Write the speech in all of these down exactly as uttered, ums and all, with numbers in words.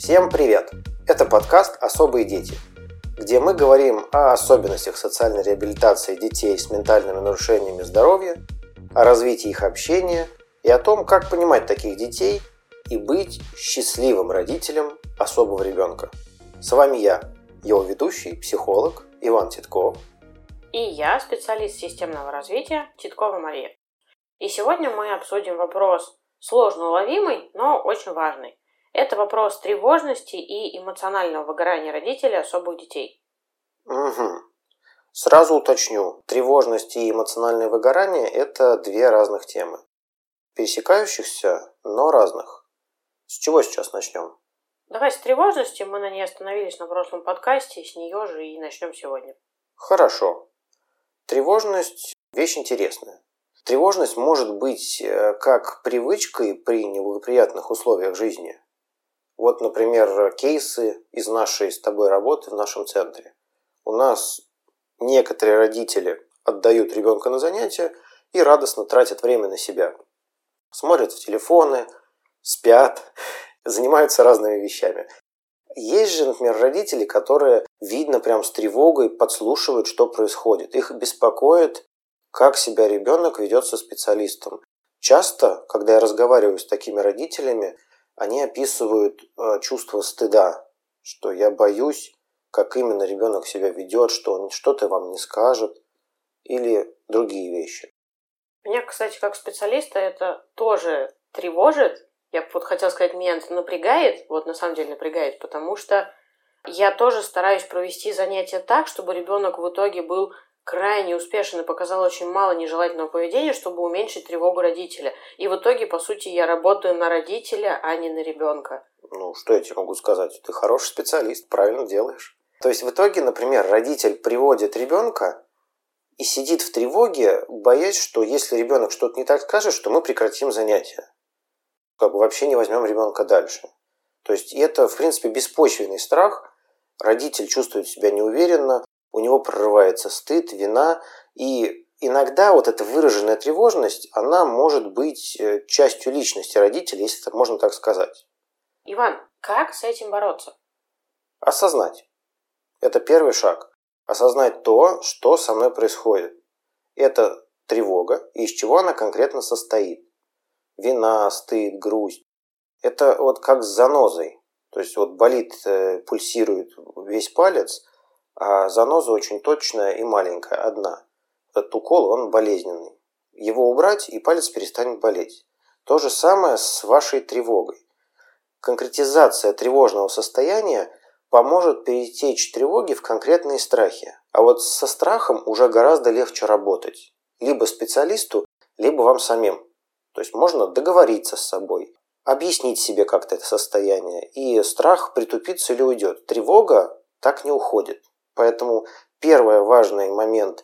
Всем привет! Это подкаст «Особые дети», где мы говорим о особенностях социальной реабилитации детей с ментальными нарушениями здоровья, о развитии их общения и о том, как понимать таких детей и быть счастливым родителем особого ребенка. С вами я, его ведущий, психолог Иван Титков. И я, специалист системного развития Титкова Мария. И сегодня мы обсудим вопрос сложно уловимый, но очень важный. Это вопрос тревожности и эмоционального выгорания родителей особых детей. Угу. Сразу уточню, тревожность и эмоциональное выгорание – это две разных темы. Пересекающихся, но разных. С чего сейчас начнем? Давай с тревожности, мы на ней остановились на прошлом подкасте, с нее же и начнем сегодня. Хорошо. Тревожность – вещь интересная. Тревожность может быть как привычкой при неблагоприятных условиях жизни. Вот, например, кейсы из нашей с тобой работы в нашем центре. У нас некоторые родители отдают ребенка на занятия и радостно тратят время на себя. Смотрят в телефоны, спят, занимаются разными вещами. Есть же, например, родители, которые, видно, прям с тревогой подслушивают, что происходит. Их беспокоит, как себя ребенок ведет со специалистом. Часто, когда я разговариваю с такими родителями, они описывают э, чувство стыда, что я боюсь, как именно ребенок себя ведет, что он что-то вам не скажет, или другие вещи. Меня, кстати, как специалиста это тоже тревожит. Я вот хотела сказать, меня это напрягает, вот на самом деле напрягает, потому что я тоже стараюсь провести занятия так, чтобы ребенок в итоге был крайне успешен и показал очень мало нежелательного поведения, чтобы уменьшить тревогу родителя. И в итоге, по сути, я работаю на родителя, а не на ребенка. Ну, что я тебе могу сказать? Ты хороший специалист, правильно делаешь. То есть в итоге, например, родитель приводит ребенка и сидит в тревоге, боясь, что если ребенок что-то не так скажет, что мы прекратим занятия. Как бы вообще не возьмем ребенка дальше. То есть это, в принципе, беспочвенный страх. Родитель чувствует себя неуверенно, у него прорывается стыд, вина, и иногда вот эта выраженная тревожность, она может быть частью личности родителя, если это можно так сказать. Иван, как с этим бороться? Осознать. Это первый шаг. Осознать то, что со мной происходит. Это тревога, и из чего она конкретно состоит. Вина, стыд, грусть. Это вот как с занозой. То есть вот болит, пульсирует весь палец, а заноза очень точная и маленькая, одна. Этот укол, он болезненный. Его убрать, и палец перестанет болеть. То же самое с вашей тревогой. Конкретизация тревожного состояния поможет перетечь тревоги в конкретные страхи. А вот со страхом уже гораздо легче работать. Либо специалисту, либо вам самим. То есть можно договориться с собой, объяснить себе как-то это состояние, и страх притупится или уйдет. Тревога так не уходит. Поэтому первый важный момент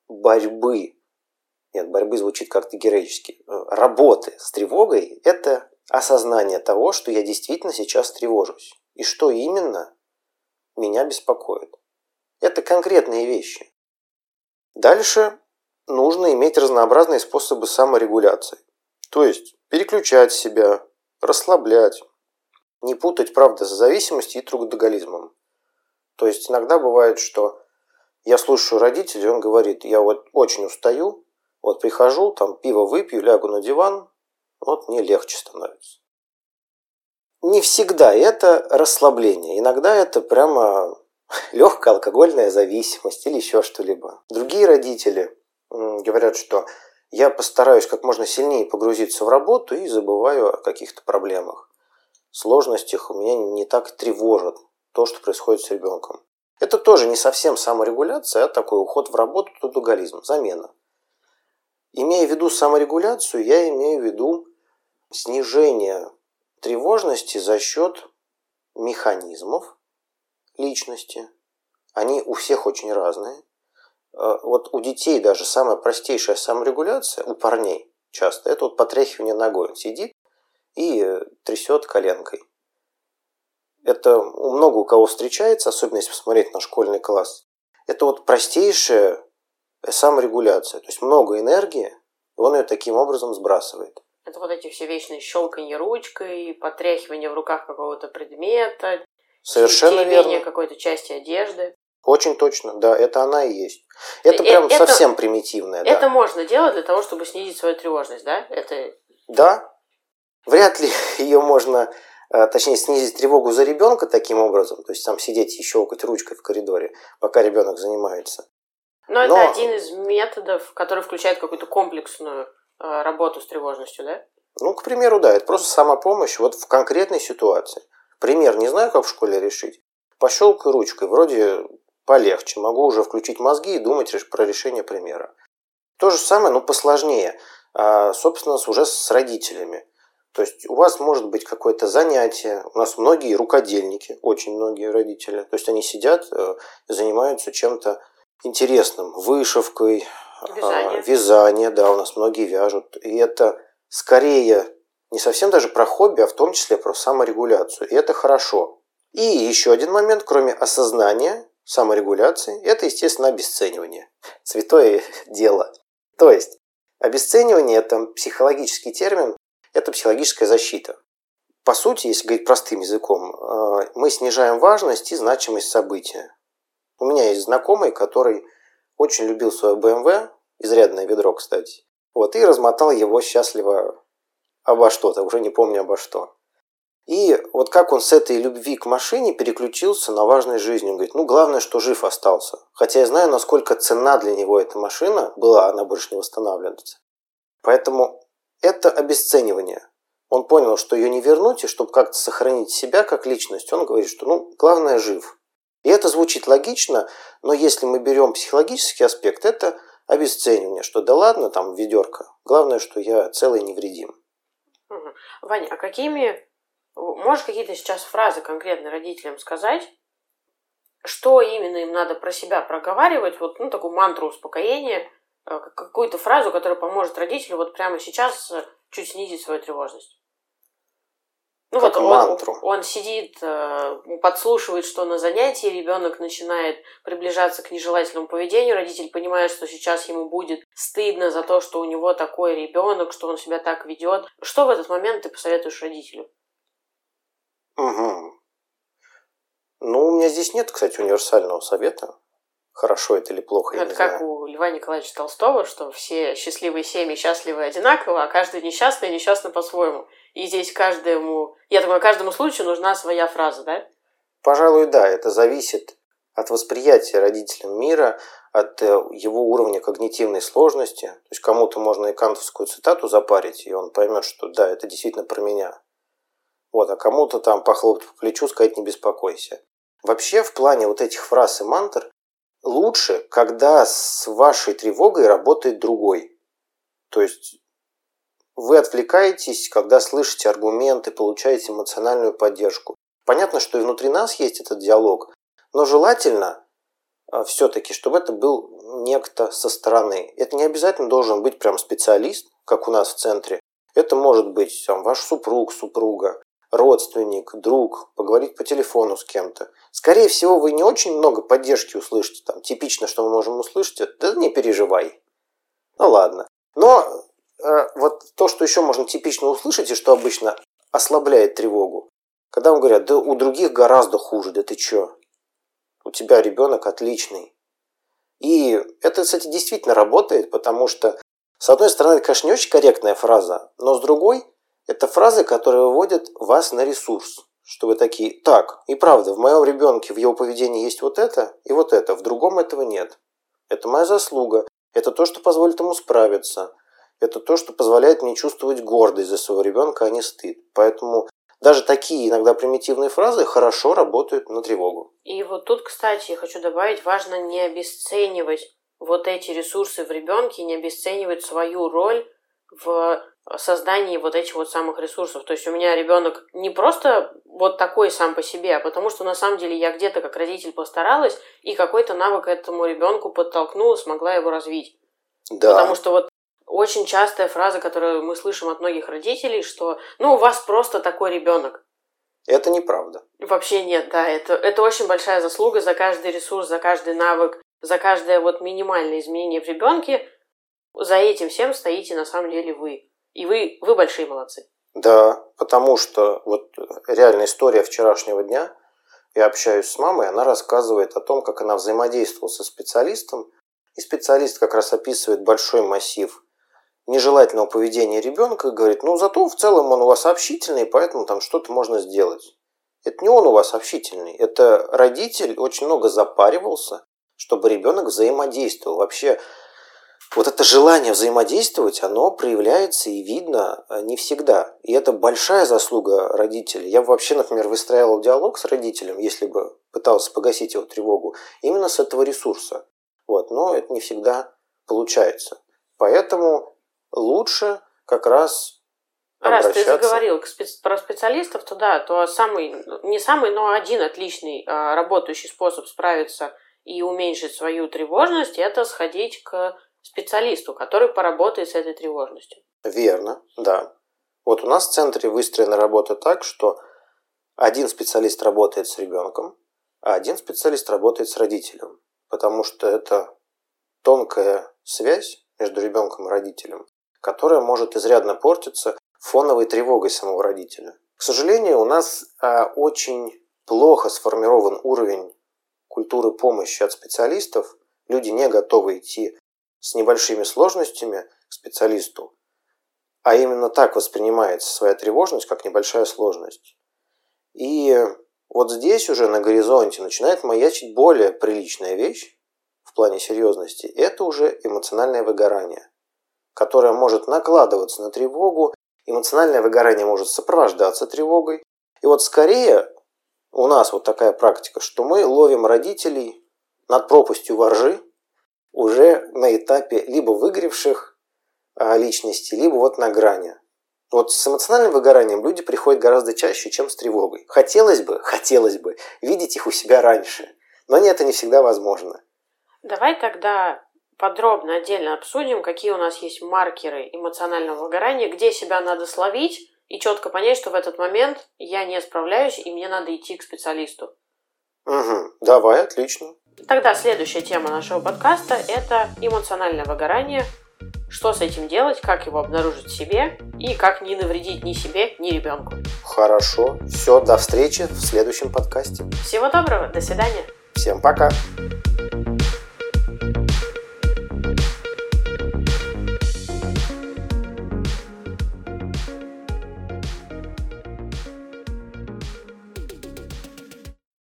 борьбы, нет, борьбы звучит как-то героически, работы с тревогой – это осознание того, что я действительно сейчас тревожусь. И что именно меня беспокоит. Это конкретные вещи. Дальше нужно иметь разнообразные способы саморегуляции. То есть переключать себя, расслаблять, не путать, правда, зависимостью и трудоголизмом. То есть иногда бывает, что я слушаю родителей, он говорит, я вот очень устаю, вот прихожу, там пиво выпью, лягу на диван, вот мне легче становится. Не всегда это расслабление, иногда это прямо легкая алкогольная зависимость или еще что-либо. Другие родители говорят, что я постараюсь как можно сильнее погрузиться в работу и забываю о каких-то проблемах. Сложностях у меня не так тревожат то, что происходит с ребенком. Это тоже не совсем саморегуляция, а такой уход в работу, трудоголизм, замена. Имея в виду саморегуляцию, я имею в виду снижение тревожности за счет механизмов личности. Они у всех очень разные. Вот у детей даже самая простейшая саморегуляция, у парней часто, это вот потряхивание ногой. Он сидит и трясет коленкой. Это много у кого встречается, особенно если посмотреть на школьный класс. Это вот простейшая саморегуляция. То есть много энергии, и он ее таким образом сбрасывает. Это вот эти все вечные щелканье ручкой, потряхивание в руках какого-то предмета, Совершенно теребение верно. какой-то части одежды. Очень точно, да, это она и есть. Это Э, прям это- совсем примитивное, Это да. можно делать для того, чтобы снизить свою тревожность, да? Это Да, вряд ли ее можно, э, точнее, снизить тревогу за ребенка таким образом, то есть там сидеть и щелкать ручкой в коридоре, пока ребенок занимается. Но это Но- один из методов, который включает какую-то комплексную э, работу с тревожностью, да? Ну, к примеру, да, это просто самопомощь вот в конкретной ситуации. Пример не знаю, как в школе решить. Пощелкай ручкой, вроде полегче, могу уже включить мозги и думать реш- про решение примера. То же самое, но посложнее, а, собственно, с- уже с родителями. То есть у вас может быть какое-то занятие, у нас многие рукодельники, очень многие родители, то есть они сидят, э, занимаются чем-то интересным, вышивкой, Вязание. а, вязание, да, у нас многие вяжут, и это скорее не совсем даже про хобби, а в том числе про саморегуляцию, и это хорошо. И еще один момент, кроме осознания саморегуляции, это, естественно, обесценивание. Святое дело. То есть, обесценивание – это психологический термин, это психологическая защита. По сути, если говорить простым языком, э, мы снижаем важность и значимость события. У меня есть знакомый, который очень любил свое бэ эм вэ, изрядное ведро, кстати, вот, и размотал его счастливо обо что-то, уже не помню обо что. И вот как он с этой любви к машине переключился на важность жизни. Он говорит, ну главное, что жив остался. Хотя я знаю, насколько ценна для него эта машина была, она больше не восстанавливается. Поэтому это обесценивание. Он понял, что ее не вернуть, и чтобы как-то сохранить себя как личность, он говорит, что ну главное жив. И это звучит логично, но если мы берем психологический аспект, это обесценивание, что да ладно, там ведерко. Главное, что я целый и невредим. Угу. Ваня, а какими... Можешь какие-то сейчас фразы конкретно родителям сказать, что именно им надо про себя проговаривать, вот ну, такую мантру успокоения, какую-то фразу, которая поможет родителю вот прямо сейчас чуть снизить свою тревожность? Ну как вот мантру. Он, он сидит, подслушивает, что на занятии ребенок начинает приближаться к нежелательному поведению, родитель понимает, что сейчас ему будет стыдно за то, что у него такой ребенок, что он себя так ведет. Что в этот момент ты посоветуешь родителю? Угу. Ну, у меня здесь нет, кстати, универсального совета. Хорошо это или плохо, я Это не как знаю. у Льва Николаевича Толстого, что все счастливые семьи счастливы одинаково, а каждый несчастный несчастный по-своему. И здесь каждому, я думаю, каждому случаю нужна своя фраза, да? Пожалуй, да, это зависит от восприятия родителям мира, от его уровня когнитивной сложности. То есть кому-то можно и кантовскую цитату запарить, и он поймет, что да, это действительно про меня. Вот, а кому-то там похлопать по плечу, сказать не беспокойся. Вообще, в плане вот этих фраз и мантр, лучше, когда с вашей тревогой работает другой. То есть вы отвлекаетесь, когда слышите аргументы, получаете эмоциональную поддержку. Понятно, что и внутри нас есть этот диалог, но желательно все-таки, чтобы это был некто со стороны. Это не обязательно должен быть прям специалист, как у нас в центре. Это может быть там, ваш супруг, супруга, родственник, друг, поговорить по телефону с кем-то. Скорее всего, вы не очень много поддержки услышите. Там, типично, что мы можем услышать, это да не переживай. Ну ладно. Но э, вот то, что еще можно типично услышать, и что обычно ослабляет тревогу, когда вам говорят, да у других гораздо хуже, да ты че? У тебя ребенок отличный. И это, кстати, действительно работает, потому что, с одной стороны, это, конечно, не очень корректная фраза, но с другой, это фразы, которые выводят вас на ресурс. Что вы такие, так, и правда, в моем ребенке, в его поведении есть вот это и вот это, в другом этого нет. Это моя заслуга, это то, что позволит ему справиться, это то, что позволяет мне чувствовать гордость за своего ребенка, а не стыд. Поэтому даже такие иногда примитивные фразы хорошо работают на тревогу. И вот тут, кстати, я хочу добавить, важно не обесценивать вот эти ресурсы в ребенке, не обесценивать свою роль в создании вот этих вот самых ресурсов. То есть у меня ребенок не просто вот такой сам по себе, а потому что на самом деле я где-то как родитель постаралась и какой-то навык этому ребенку подтолкнула, смогла его развить. Да. Потому что вот очень частая фраза, которую мы слышим от многих родителей, что ну у вас просто такой ребенок. Это неправда. Вообще нет, да, это, это очень большая заслуга за каждый ресурс, за каждый навык, за каждое вот минимальное изменение в ребенке. За этим всем стоите на самом деле вы. И вы, вы большие молодцы. Да, потому что вот реальная история вчерашнего дня. Я общаюсь с мамой, она рассказывает о том, как она взаимодействовала со специалистом. И специалист как раз описывает большой массив нежелательного поведения ребенка и говорит, ну зато в целом он у вас общительный, поэтому там что-то можно сделать. Это не он у вас общительный, это родитель очень много запаривался, чтобы ребенок взаимодействовал. Вообще, вот это желание взаимодействовать, оно проявляется и видно не всегда. И это большая заслуга родителей. Я бы вообще, например, выстраивал диалог с родителем, если бы пытался погасить его тревогу, именно с этого ресурса. Вот. Но это не всегда получается. Поэтому лучше как раз Раз обращаться... ты заговорил про специалистов, то да, то самый, не самый, но один отличный а, работающий способ справиться и уменьшить свою тревожность – это сходить к специалисту, который поработает с этой тревожностью. Верно, да. Вот у нас в центре выстроена работа так, что один специалист работает с ребенком, а один специалист работает с родителем. Потому что это тонкая связь между ребенком и родителем, которая может изрядно портиться фоновой тревогой самого родителя. К сожалению, у нас а, очень плохо сформирован уровень культуры помощи от специалистов. Люди не готовы идти с небольшими сложностями к специалисту, а именно так воспринимается своя тревожность, как небольшая сложность. И вот здесь уже на горизонте начинает маячить более приличная вещь в плане серьезности. Это уже эмоциональное выгорание, которое может накладываться на тревогу. Эмоциональное выгорание может сопровождаться тревогой. И вот скорее у нас вот такая практика, что мы ловим родителей над пропастью воржи уже на этапе либо выгоревших а, личностей, либо вот на грани. Вот с эмоциональным выгоранием люди приходят гораздо чаще, чем с тревогой. Хотелось бы, хотелось бы видеть их у себя раньше, но нет, это не всегда возможно. Давай тогда подробно, отдельно обсудим, какие у нас есть маркеры эмоционального выгорания, где себя надо словить и четко понять, что в этот момент я не справляюсь и мне надо идти к специалисту. Угу, давай, отлично. Тогда следующая тема нашего подкаста – это эмоциональное выгорание. Что с этим делать, как его обнаружить в себе и как не навредить ни себе, ни ребенку. Хорошо. Все, до встречи в следующем подкасте. Всего доброго, до свидания. Всем пока.